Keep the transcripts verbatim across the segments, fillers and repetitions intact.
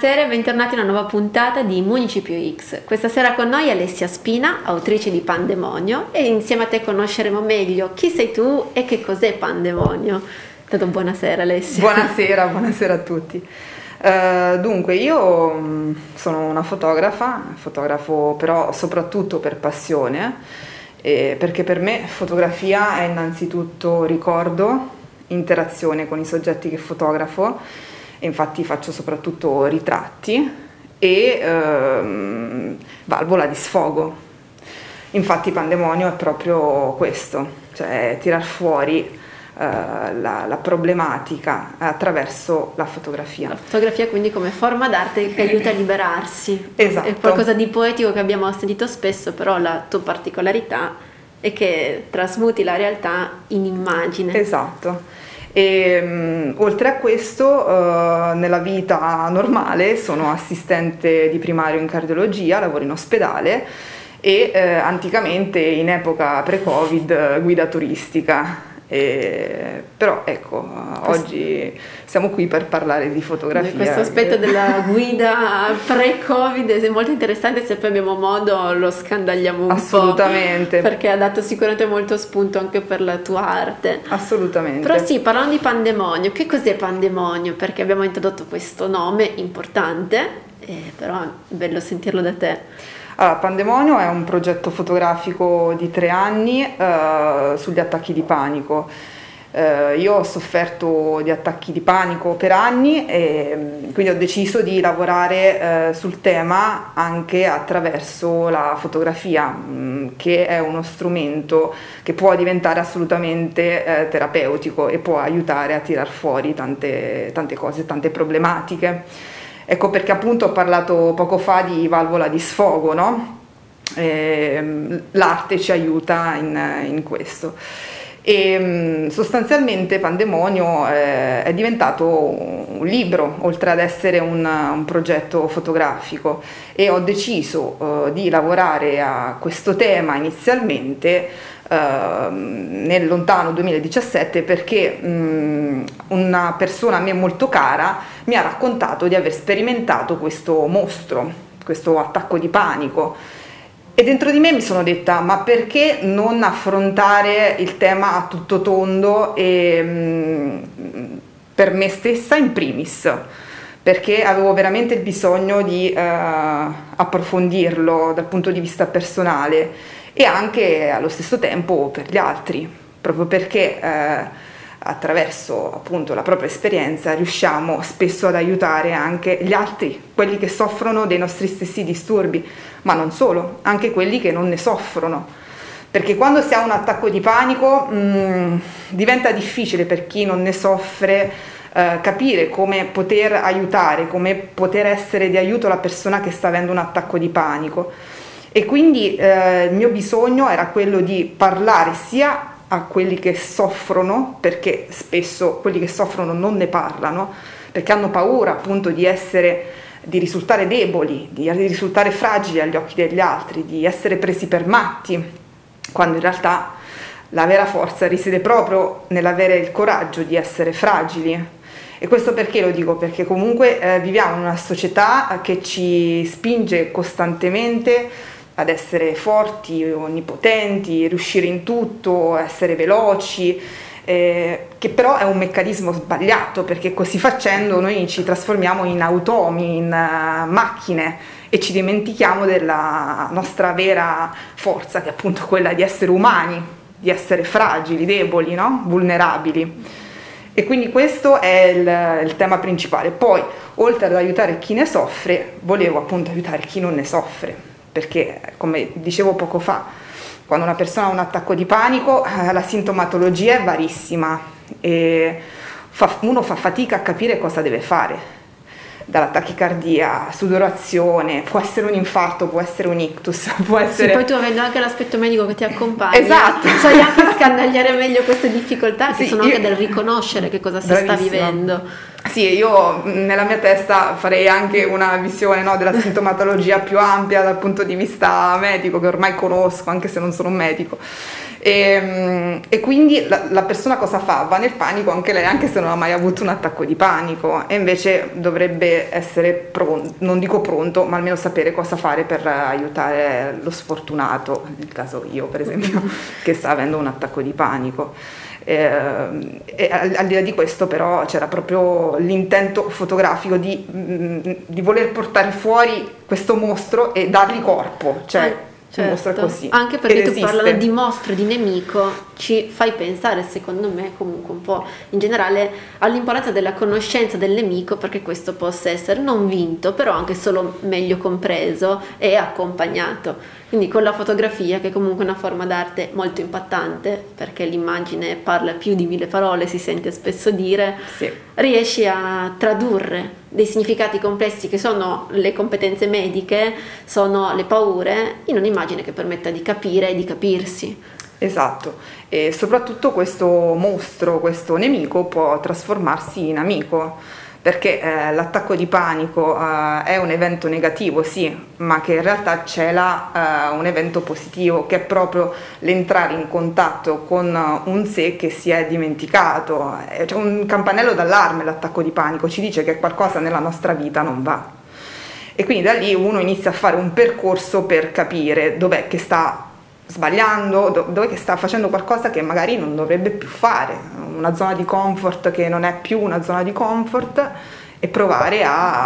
Buonasera e bentornati a una nuova puntata di Municipio X. Questa sera con noi Alessia Spina, autrice di Pandemonio, e insieme a te conosceremo meglio chi sei tu e che cos'è Pandemonio. Tanto buonasera Alessia. Buonasera, buonasera a tutti. Uh, dunque, io sono una fotografa, fotografo però soprattutto per passione, eh, perché per me fotografia è innanzitutto ricordo, interazione con i soggetti che fotografo. Infatti faccio soprattutto ritratti e ehm, valvola di sfogo. Infatti Pandemonio è proprio questo, cioè tirar fuori eh, la, la problematica attraverso la fotografia. La fotografia quindi come forma d'arte che aiuta a liberarsi. Esatto. È qualcosa di poetico che abbiamo sentito spesso, però la tua particolarità è che trasmuti la realtà in immagine. Esatto. E um, oltre a questo, uh, nella vita normale sono assistente di primario in cardiologia, lavoro in ospedale e uh, anticamente in epoca pre-Covid guida turistica. E, però ecco, oggi siamo qui per parlare di fotografia. Questo aspetto della guida pre-Covid è molto interessante, se poi abbiamo modo lo scandagliamo un Assolutamente. po', perché ha dato sicuramente molto spunto anche per la tua arte. Assolutamente. Però sì, parlando di Pandemonio, che cos'è Pandemonio? Perché abbiamo introdotto questo nome importante, eh, però è bello sentirlo da te. Allora, Pandemonio è un progetto fotografico di tre anni eh, sugli attacchi di panico. Eh, io ho sofferto di attacchi di panico per anni e quindi ho deciso di lavorare eh, sul tema anche attraverso la fotografia, mh, che è uno strumento che può diventare assolutamente eh, terapeutico e può aiutare a tirar fuori tante, tante cose, tante problematiche. Ecco perché appunto ho parlato poco fa di valvola di sfogo, no? Eh, l'arte ci aiuta in, in questo. E sostanzialmente Pandemonio eh, è diventato un libro, oltre ad essere un, un progetto fotografico, e ho deciso eh, di lavorare a questo tema inizialmente Uh, nel lontano duemiladiciassette perché um, una persona a me molto cara mi ha raccontato di aver sperimentato questo mostro, questo attacco di panico, e dentro di me mi sono detta: ma perché non affrontare il tema a tutto tondo e um, per me stessa in primis, perché avevo veramente bisogno di uh, approfondirlo dal punto di vista personale e anche allo stesso tempo per gli altri, proprio perché eh, attraverso appunto la propria esperienza riusciamo spesso ad aiutare anche gli altri, quelli che soffrono dei nostri stessi disturbi, ma non solo, anche quelli che non ne soffrono. Perché quando si ha un attacco di panico mh, diventa difficile per chi non ne soffre eh, capire come poter aiutare, come poter essere di aiuto alla persona che sta avendo un attacco di panico. E quindi eh, il mio bisogno era quello di parlare sia a quelli che soffrono, perché spesso quelli che soffrono non ne parlano, perché hanno paura appunto di essere, di risultare deboli, di risultare fragili agli occhi degli altri, di essere presi per matti, quando in realtà la vera forza risiede proprio nell'avere il coraggio di essere fragili. E questo perché lo dico? Perché comunque eh, viviamo in una società che ci spinge costantemente ad essere forti, onnipotenti, riuscire in tutto, essere veloci, eh, che però è un meccanismo sbagliato, perché così facendo noi ci trasformiamo in automi, in uh, macchine, e ci dimentichiamo della nostra vera forza, che è appunto quella di essere umani, di essere fragili, deboli, no? Vulnerabili. E quindi questo è il, il tema principale. Poi, oltre ad aiutare chi ne soffre, volevo appunto aiutare chi non ne soffre, perché come dicevo poco fa, quando una persona ha un attacco di panico eh, la sintomatologia è varissima e fa, uno fa fatica a capire cosa deve fare, dalla tachicardia, sudorazione, può essere un infarto, può essere un ictus, può essere... Sì, poi tu avendo anche l'aspetto medico che ti accompagna, esatto, sai anche scandagliare meglio queste difficoltà che sì, sono io... anche del riconoscere che cosa si Bravissima. sta vivendo. Sì, io nella mia testa farei anche una visione, no, della sintomatologia più ampia dal punto di vista medico, che ormai conosco, anche se non sono un medico. E, e quindi la, la persona cosa fa? Va nel panico anche lei, anche se non ha mai avuto un attacco di panico, e invece dovrebbe essere pronto, non dico pronto, ma almeno sapere cosa fare per aiutare lo sfortunato, nel caso io per esempio, che sta avendo un attacco di panico. E, e al, al di là di questo però c'era proprio l'intento fotografico di, di voler portare fuori questo mostro e dargli corpo, cioè Certo, mostra così. Anche perché Ed tu esiste. parlando di mostro, di nemico, ci fai pensare, secondo me, comunque un po' in generale, all'importanza della conoscenza del nemico, perché questo possa essere non vinto, però anche solo meglio compreso e accompagnato. Quindi con la fotografia, che è comunque una forma d'arte molto impattante, perché l'immagine parla più di mille parole, si sente spesso dire, Sì. riesci a tradurre dei significati complessi che sono le competenze mediche, sono le paure, in un'immagine che permetta di capire e di capirsi. Esatto, e soprattutto questo mostro, questo nemico può trasformarsi in amico, perché eh, l'attacco di panico eh, è un evento negativo, sì, ma che in realtà cela eh, un evento positivo, che è proprio l'entrare in contatto con un sé che si è dimenticato. C'è cioè un campanello d'allarme l'attacco di panico, ci dice che qualcosa nella nostra vita non va. E quindi da lì uno inizia a fare un percorso per capire dov'è che sta sbagliando, dov'è che sta facendo qualcosa che magari non dovrebbe più fare, una zona di comfort che non è più una zona di comfort, e provare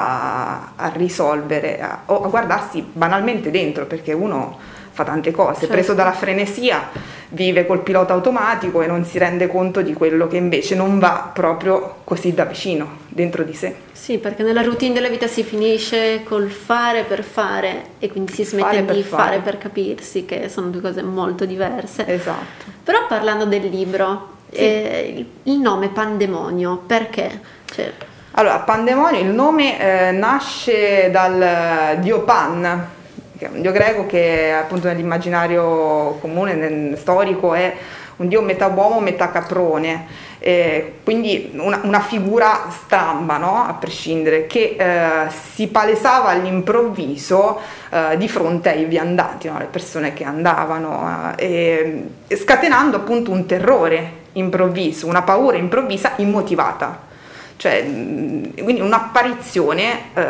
a, a risolvere a, o a guardarsi banalmente dentro, perché uno fa tante cose, certo. Preso dalla frenesia vive col pilota automatico e non si rende conto di quello che invece non va proprio così da vicino dentro di sé. Sì, perché nella routine della vita si finisce col fare per fare e quindi si smette Fare per di fare. fare per capirsi, che sono due cose molto diverse. Esatto. Però parlando del libro, Sì. eh, il, il nome Pandemonio, perché? Cioè, Allora, Pandemonio, il nome eh, nasce dal dio Pan, che è un dio greco che appunto nell'immaginario comune, nel, storico, è un dio metà uomo, metà caprone. Eh, quindi una, una figura stramba, no? A prescindere, che eh, si palesava all'improvviso eh, di fronte ai viandanti, no? Le persone che andavano, eh, e scatenando appunto un terrore improvviso, una paura improvvisa immotivata, cioè quindi un'apparizione eh,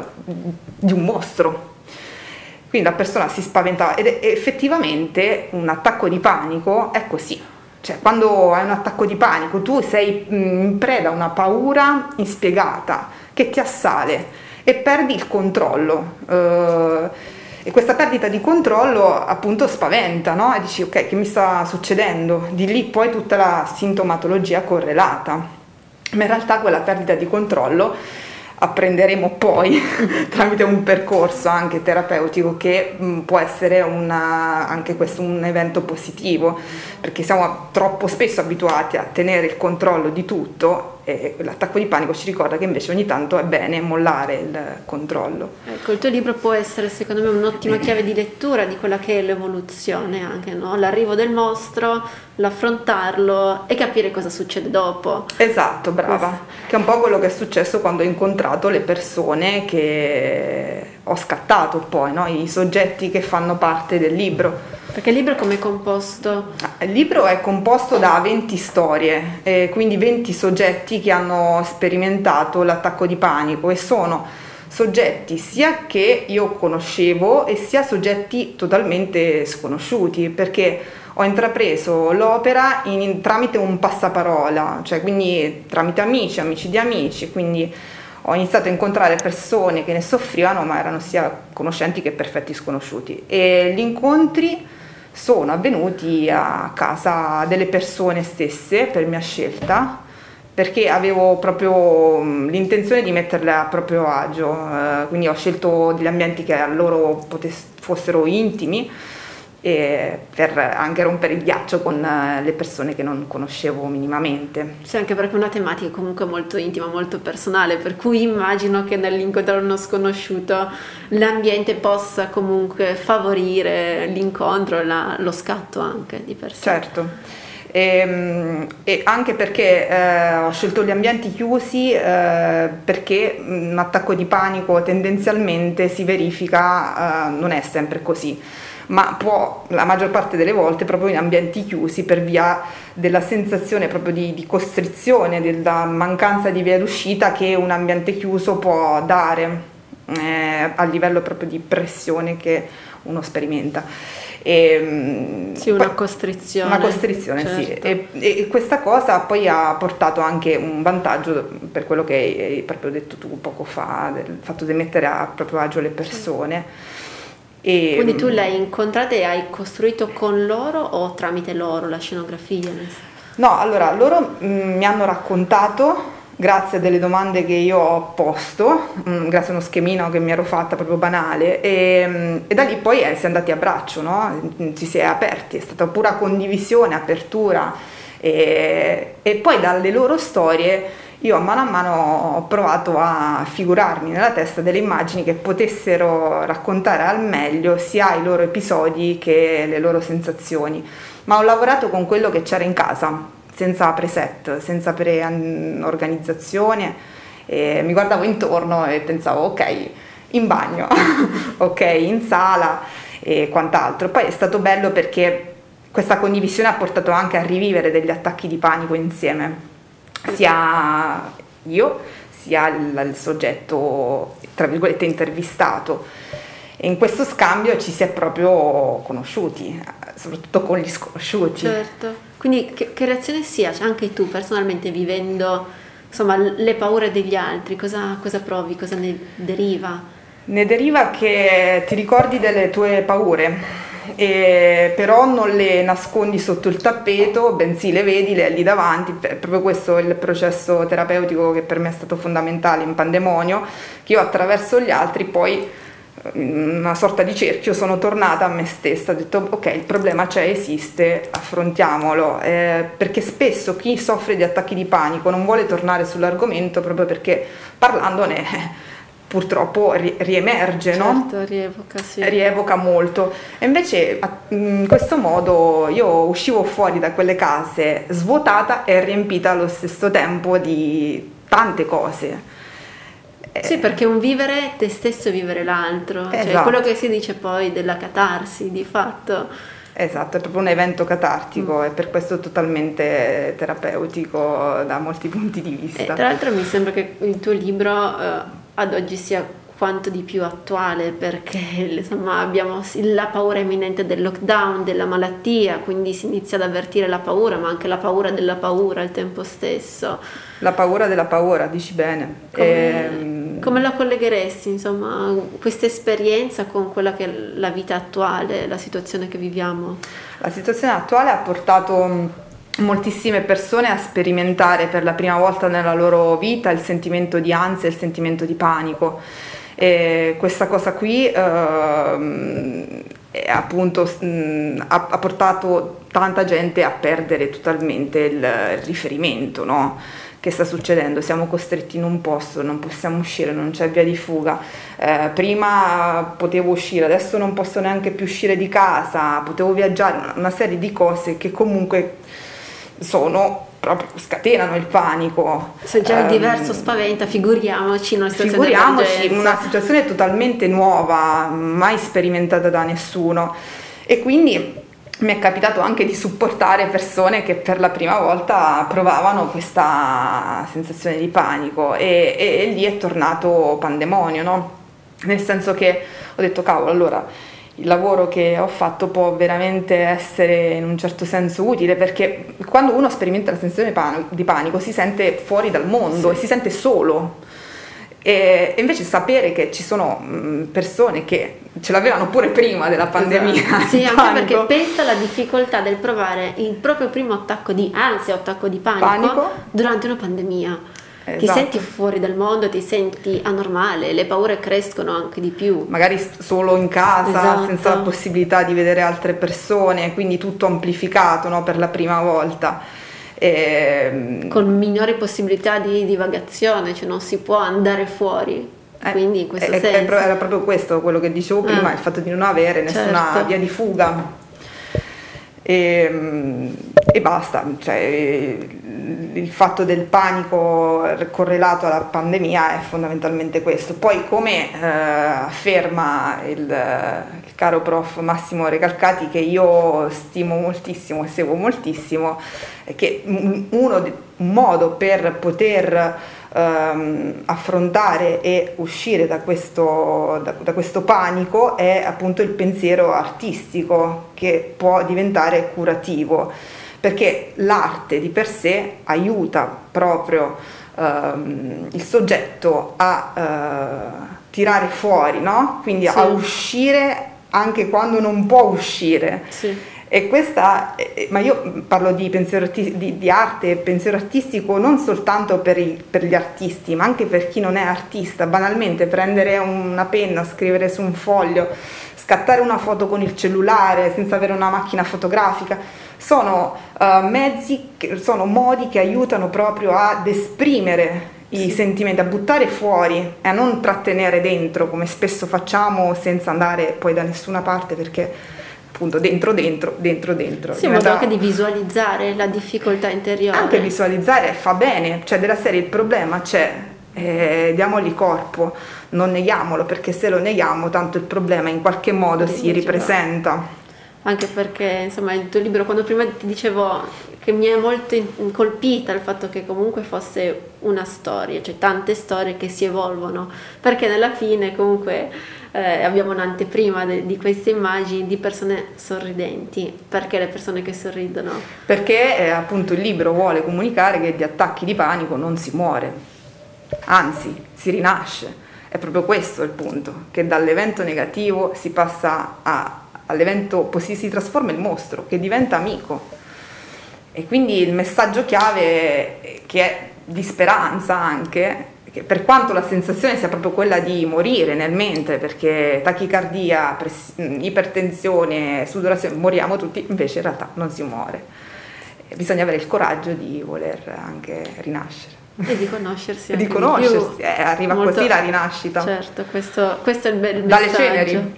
di un mostro. Quindi la persona si spaventava ed effettivamente un attacco di panico è così. Cioè, quando hai un attacco di panico, tu sei in preda a una paura inspiegata che ti assale e perdi il controllo. Eh, e questa perdita di controllo appunto spaventa, no? E dici, ok, che mi sta succedendo? Di lì poi tutta la sintomatologia correlata. Ma in realtà quella perdita di controllo apprenderemo poi tramite un percorso anche terapeutico che mh, può essere una, anche questo un evento positivo, perché siamo troppo spesso abituati a tenere il controllo di tutto e l'attacco di panico ci ricorda che invece ogni tanto è bene mollare il controllo. ecco, il tuo libro può essere secondo me un'ottima chiave di lettura di quella che è l'evoluzione anche, no? L'arrivo del mostro, l'affrontarlo e capire cosa succede dopo. Esatto, brava, che è un po' quello che è successo quando ho incontrato le persone che ho scattato poi, no? I soggetti che fanno parte del libro. Perché il libro come è composto? Il libro è composto da venti storie, eh, quindi venti soggetti che hanno sperimentato l'attacco di panico, e sono soggetti sia che io conoscevo e sia soggetti totalmente sconosciuti, perché ho intrapreso l'opera in, tramite un passaparola, cioè quindi tramite amici, amici di amici, quindi ho iniziato a incontrare persone che ne soffrivano, ma erano sia conoscenti che perfetti sconosciuti, e gli incontri sono avvenuti a casa delle persone stesse per mia scelta, perché avevo proprio l'intenzione di metterle a proprio agio, eh, quindi ho scelto degli ambienti che a loro potess- fossero intimi, e per anche rompere il ghiaccio con le persone che non conoscevo minimamente. Sì, anche perché è una tematica comunque molto intima, molto personale, per cui immagino che nell'incontrare uno sconosciuto l'ambiente possa comunque favorire l'incontro e la, lo scatto anche di per sé. Certo, e, e anche perché eh, ho scelto gli ambienti chiusi eh, perché un attacco di panico tendenzialmente si verifica, eh, non è sempre così. ma può la maggior parte delle volte proprio in ambienti chiusi per via della sensazione proprio di, di costrizione, della mancanza di via d'uscita che un ambiente chiuso può dare eh, a livello proprio di pressione che uno sperimenta. E, sì, una costrizione. Una costrizione, certo. Sì. E, e questa cosa poi ha portato anche un vantaggio per quello che hai proprio detto tu poco fa, del fatto di mettere a proprio agio le persone. E, quindi tu l'hai incontrata e hai costruito con loro o tramite loro la scenografia? No, allora loro mh, mi hanno raccontato, grazie a delle domande che io ho posto, mh, grazie a uno schemino che mi ero fatta proprio banale, e, e da lì poi eh, si è andati a braccio, no? Ci si è aperti, è stata pura condivisione, apertura, e, e poi dalle loro storie io a mano a mano ho provato a figurarmi nella testa delle immagini che potessero raccontare al meglio sia i loro episodi che le loro sensazioni, ma ho lavorato con quello che c'era in casa, senza preset, senza pre-organizzazione, e mi guardavo intorno e pensavo ok, in bagno, ok, in sala e quant'altro. Poi è stato bello perché questa condivisione ha portato anche a rivivere degli attacchi di panico insieme, sia io sia il, il soggetto tra virgolette intervistato, e in questo scambio ci si è proprio conosciuti, soprattutto con gli sconosciuti. Certo. Quindi che, che reazione sia, cioè, anche tu personalmente vivendo insomma le paure degli altri, cosa, cosa provi, cosa ne deriva? Ne deriva che ti ricordi delle tue paure, e però non le nascondi sotto il tappeto, bensì le vedi, le hai lì davanti. È proprio questo il processo terapeutico che per me è stato fondamentale in Pandemonio, che io attraverso gli altri poi, una sorta di cerchio, sono tornata a me stessa, ho detto ok, il problema c'è, esiste, affrontiamolo, eh, perché spesso chi soffre di attacchi di panico non vuole tornare sull'argomento proprio perché parlandone purtroppo ri- riemerge, certo, no? rievoca, sì. Rievoca molto, e invece in questo modo io uscivo fuori da quelle case svuotata e riempita allo stesso tempo di tante cose. Sì, perché un vivere te stesso e vivere l'altro, esatto. Cioè quello che si dice poi della catarsi, di fatto. Esatto, è proprio un evento catartico, mm. e per questo totalmente terapeutico da molti punti di vista. E tra l'altro mi sembra che il tuo libro eh, ad oggi sia quanto di più attuale, perché insomma abbiamo la paura imminente del lockdown, della malattia, quindi si inizia ad avvertire la paura, ma anche la paura della paura al tempo stesso. La paura della paura, dici bene. Come, ehm... come la collegheresti, insomma, questa esperienza con quella che è la vita attuale, la situazione che viviamo? La situazione attuale ha portato moltissime persone a sperimentare per la prima volta nella loro vita il sentimento di ansia e il sentimento di panico. E questa cosa qui eh, appunto mh, ha, ha portato tanta gente a perdere totalmente il riferimento, no? Che sta succedendo? Siamo costretti in un posto, non possiamo uscire, non c'è via di fuga. Eh, prima potevo uscire, adesso non posso neanche più uscire di casa, potevo viaggiare, una serie di cose che comunque sono proprio, scatenano il panico. Se già il diverso um, spaventa, figuriamoci in una situazione figuriamoci in una situazione totalmente nuova, mai sperimentata da nessuno. E quindi mi è capitato anche di supportare persone che per la prima volta provavano questa sensazione di panico, e, e, e lì è tornato Pandemonio, no? Nel senso che ho detto cavolo, allora il lavoro che ho fatto può veramente essere in un certo senso utile, perché quando uno sperimenta la sensazione di panico si sente fuori dal mondo, sì, e si sente solo, e invece sapere che ci sono persone che ce l'avevano pure prima della pandemia, esatto. Sì, anche panico, perché pensa alla difficoltà del provare il proprio primo attacco di ansia o attacco di panico, panico durante una pandemia. Esatto. Ti senti fuori dal mondo, ti senti anormale, le paure crescono anche di più. Magari solo in casa, esatto, senza la possibilità di vedere altre persone, quindi tutto amplificato, no, per la prima volta. E... con minori possibilità di divagazione, cioè non si può andare fuori. Eh, quindi in questo è, senso era proprio questo quello che dicevo prima, eh. il fatto di non avere nessuna certo. via di fuga. E, e basta, cioè, il fatto del panico correlato alla pandemia è fondamentalmente questo. Poi, come eh, afferma il, il caro prof Massimo Recalcati, che io stimo moltissimo e seguo moltissimo, è che uno, un modo per poter ehm, affrontare e uscire da questo, da, da questo panico è appunto il pensiero artistico, che può diventare curativo, perché l'arte di per sé aiuta proprio ehm, il soggetto a eh, tirare fuori, no? Quindi sì, a uscire anche quando non può uscire. Sì. E questa, ma io parlo di, pensiero, di, di arte e pensiero artistico non soltanto per, i, per gli artisti, ma anche per chi non è artista. Banalmente prendere una penna, scrivere su un foglio, scattare una foto con il cellulare senza avere una macchina fotografica, sono uh, mezzi, che, sono modi che aiutano proprio ad esprimere i sì. sentimenti, a buttare fuori e a non trattenere dentro, come spesso facciamo senza andare poi da nessuna parte, perché appunto dentro dentro dentro dentro sì, in modo anche di visualizzare la difficoltà interiore. Anche visualizzare fa bene, cioè della serie il problema c'è, eh, diamogli corpo, non neghiamolo, perché se lo neghiamo tanto il problema in qualche modo si ripresenta. Anche perché insomma il tuo libro, quando prima ti dicevo che mi è molto colpita il fatto che comunque fosse una storia, cioè tante storie che si evolvono, perché nella fine comunque eh, abbiamo un'anteprima de, di queste immagini di persone sorridenti. Perché le persone che sorridono? Perché eh, appunto il libro vuole comunicare che di attacchi di panico non si muore, anzi si rinasce. È proprio questo il punto, che dall'evento negativo si passa a all'evento positivo, si trasforma il mostro che diventa amico. E quindi il messaggio chiave, che è di speranza anche, che per quanto la sensazione sia proprio quella di morire nel mentre, perché tachicardia, press- ipertensione, sudorazione, moriamo tutti, invece in realtà non si muore. E bisogna avere il coraggio di voler anche rinascere. E di conoscersi anche di conoscersi, di più. Eh, arriva molto, così la rinascita. Certo, questo, questo è il bel Dalle messaggio. ceneri.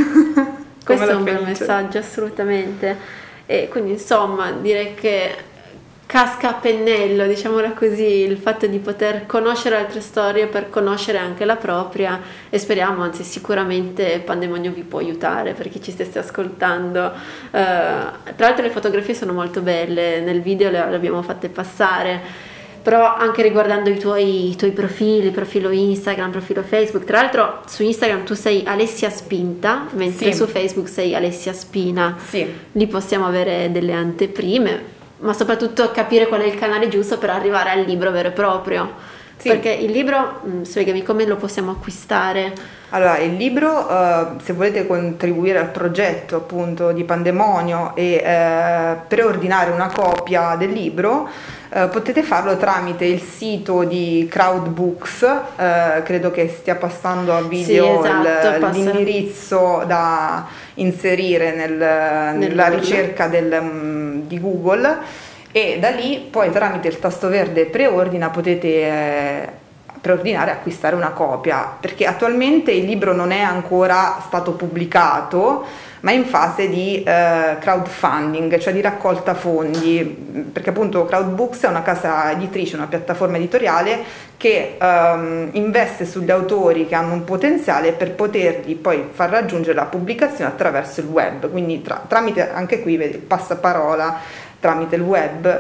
Questo è un bel messaggio, assolutamente. E quindi insomma direi che casca a pennello, diciamola così, il fatto di poter conoscere altre storie per conoscere anche la propria, e speriamo, anzi sicuramente Pandemonio vi può aiutare per chi ci stesse ascoltando. Uh, tra l'altro le fotografie sono molto belle, nel video le, le abbiamo fatte passare, però anche riguardando i tuoi, i tuoi profili, profilo Instagram, profilo Facebook. Tra l'altro su Instagram tu sei Alessia Spinta, mentre sì. su Facebook sei Alessia Spina. Sì. Lì possiamo avere delle anteprime, ma soprattutto capire qual è il canale giusto per arrivare al libro vero e proprio. Sì. Perché il libro, mh, spiegami come lo possiamo acquistare. Allora, il libro, eh, se volete contribuire al progetto appunto di Pandemonio e eh, preordinare una copia del libro, eh, potete farlo tramite il sito di Crowdbooks, eh, credo che stia passando a video sì, esatto, il, l'indirizzo da inserire nel, nella ricerca del, um, di Google, e da lì poi tramite il tasto verde preordina potete eh, preordinare e acquistare una copia, perché attualmente il libro non è ancora stato pubblicato, ma è in fase di eh, crowdfunding, cioè di raccolta fondi, perché appunto Crowdbooks è una casa editrice, una piattaforma editoriale che ehm, investe sugli autori che hanno un potenziale per potergli poi far raggiungere la pubblicazione attraverso il web, quindi tra, tramite anche qui vedi il passaparola tramite il web,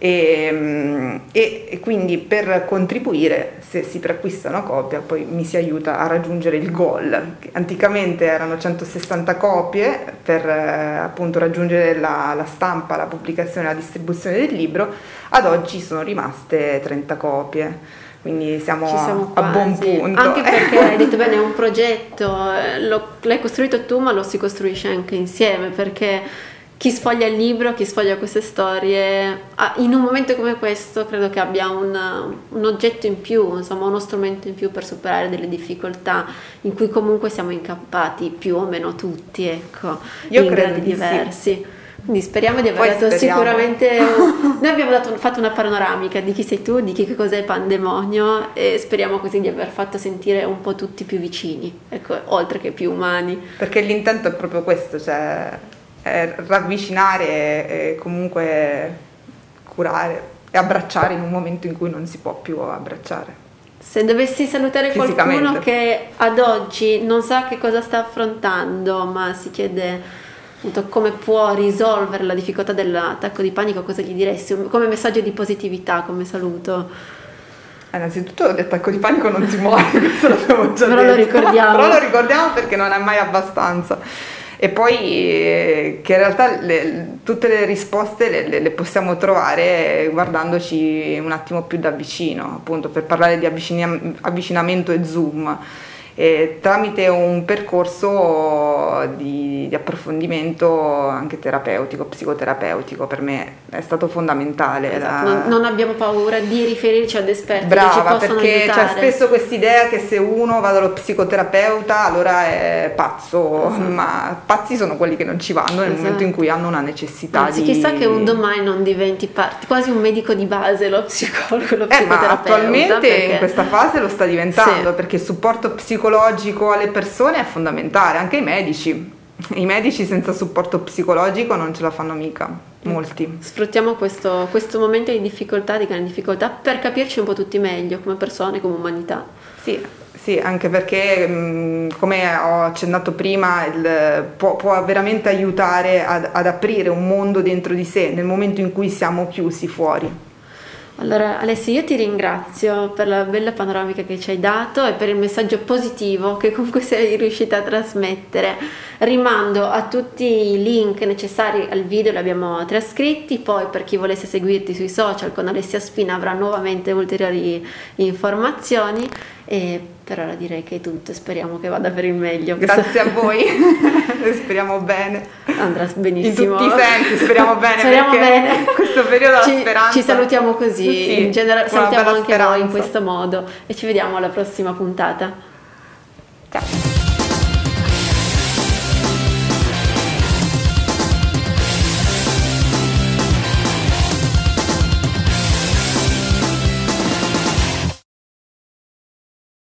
e, e, e quindi per contribuire, se si preacquista una copia, poi mi si aiuta a raggiungere il goal, che anticamente erano centosessanta copie per eh, appunto raggiungere la, la stampa, la pubblicazione e la distribuzione del libro. Ad oggi sono rimaste trenta copie, quindi siamo, siamo a, a buon punto. Anche perché hai detto bene, è un progetto, lo, l'hai costruito tu, ma lo si costruisce anche insieme, perché chi sfoglia il libro, chi sfoglia queste storie, in un momento come questo credo che abbia un, un oggetto in più, insomma uno strumento in più per superare delle difficoltà in cui comunque siamo incappati più o meno tutti, ecco, Io in credo gradi di diversi. Sì. Quindi speriamo di aver Poi dato speriamo. sicuramente, noi abbiamo dato, fatto una panoramica di chi sei tu, di che cos'è Pandemonio, e speriamo così di aver fatto sentire un po' tutti più vicini, ecco, oltre che più umani. Perché l'intento è proprio questo, cioè ravvicinare e comunque curare e abbracciare in un momento in cui non si può più abbracciare. Se dovessi salutare qualcuno che ad oggi non sa che cosa sta affrontando, ma si chiede appunto come può risolvere la difficoltà dell'attacco di panico, cosa gli diresti? Come messaggio di positività, come saluto? Eh, innanzitutto l'attacco di panico non si muore, questo l'abbiamo già Però detto. lo ricordiamo. Però lo ricordiamo perché non è mai abbastanza. E poi eh, che in realtà le, tutte le risposte le, le, le possiamo trovare guardandoci un attimo più da vicino, appunto per parlare di avvicina, avvicinamento e zoom. E tramite un percorso di, di approfondimento anche terapeutico, psicoterapeutico, per me è stato fondamentale. Esatto. La... Non, non abbiamo paura di riferirci ad esperti. Brava, che ci possono perché aiutare. c'è spesso quest'idea che se uno va dallo psicoterapeuta allora è pazzo, esatto. Ma pazzi sono quelli che non ci vanno nel esatto. momento in cui hanno una necessità. Anzi, di... chissà che un domani non diventi parte, quasi un medico di base, lo psicologo, lo psicoterapeuta. Eh, ma attualmente perché... in questa fase lo sta diventando, sì. perché il supporto psicologico alle persone è fondamentale, anche i medici. I medici senza supporto psicologico non ce la fanno mica, molti. Sfruttiamo questo, questo momento di difficoltà, di grande difficoltà, per capirci un po' tutti meglio, come persone, come umanità. Sì, sì, anche perché mh, come ho accennato prima, il, può, può veramente aiutare ad, ad aprire un mondo dentro di sé nel momento in cui siamo chiusi fuori. Allora Alessia, io ti ringrazio per la bella panoramica che ci hai dato e per il messaggio positivo che comunque sei riuscita a trasmettere. Rimando a tutti i link necessari al video, li abbiamo trascritti, poi per chi volesse seguirti sui social con Alessia Spina avrà nuovamente ulteriori informazioni e per ora direi che è tutto, speriamo che vada per il meglio. Grazie a voi, speriamo bene. Andrà benissimo. In tutti i sensi, speriamo bene. Speriamo bene. Questo periodo ci, la speranza. Ci salutiamo così, sì, in generale salutiamo anche speranza. voi in questo modo e ci vediamo alla prossima puntata. Ciao.